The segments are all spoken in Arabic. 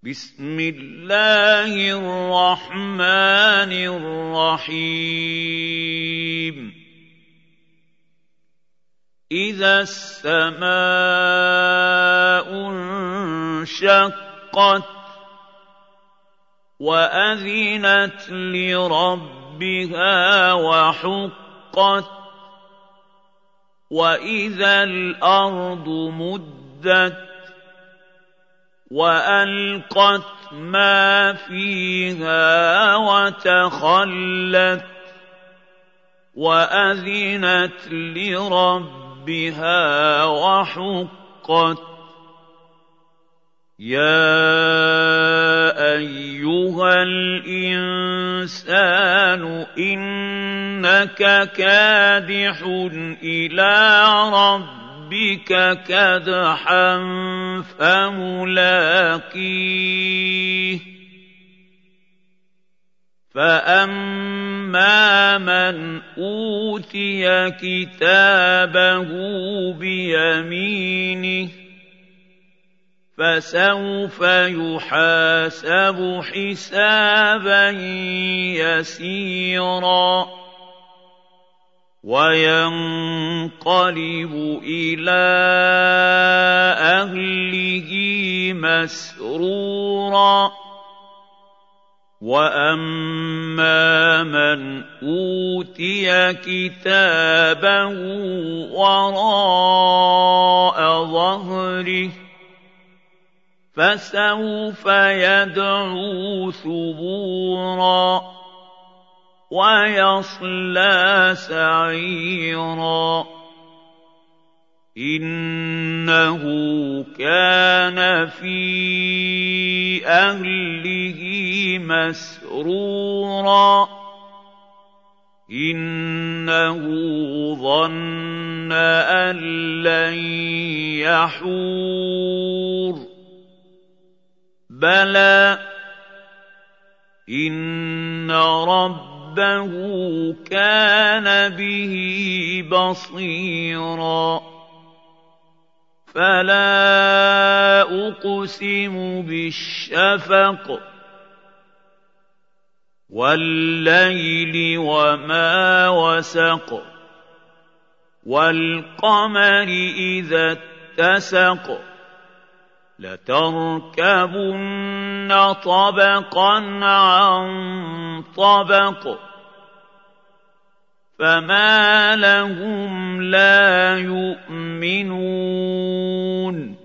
بسم الله الرحمن الرحيم إذا السماء انشقت وأذنت لربها وحقت وإذا الأرض مدت وألقت ما فيها وتخلت وأذنت لربها وحقت يا أيها الإنسان إنك كادح إلى ربك كدحا فملاقيه فأما من أوتي كتابه بيمينه فسوف يحاسب حسابا يسيرا وينقلب إلى أهله مسرورا وأما من أوتي كتابه وراء ظهره فسوف يدعو ثبورا ويصلى سعيرا إنه كان في أهله مسرورا إنه ظن أن لن يحور بلى إن ربه كان به بصيرا فلا أقسم بالشفق والليل وما وسق والقمر إذا اتسق لتركبن طبقا عن طبق فما لهم لا يؤمنون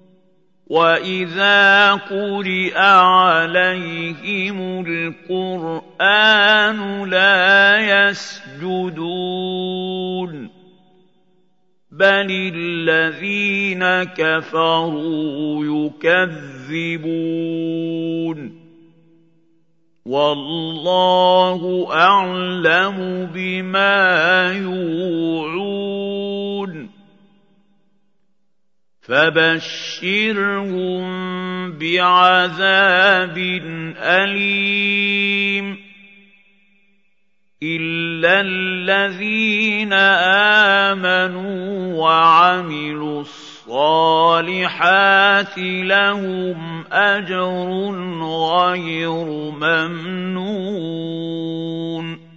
وإذا قرئ عليهم القرآن لا يسجدون بل الذين كفروا يكذبون والله أعلم بما يوعون فبشرهم بعذاب أليم إلا الذين آمنوا وعملوا الصالحات لهم أجر غير ممنون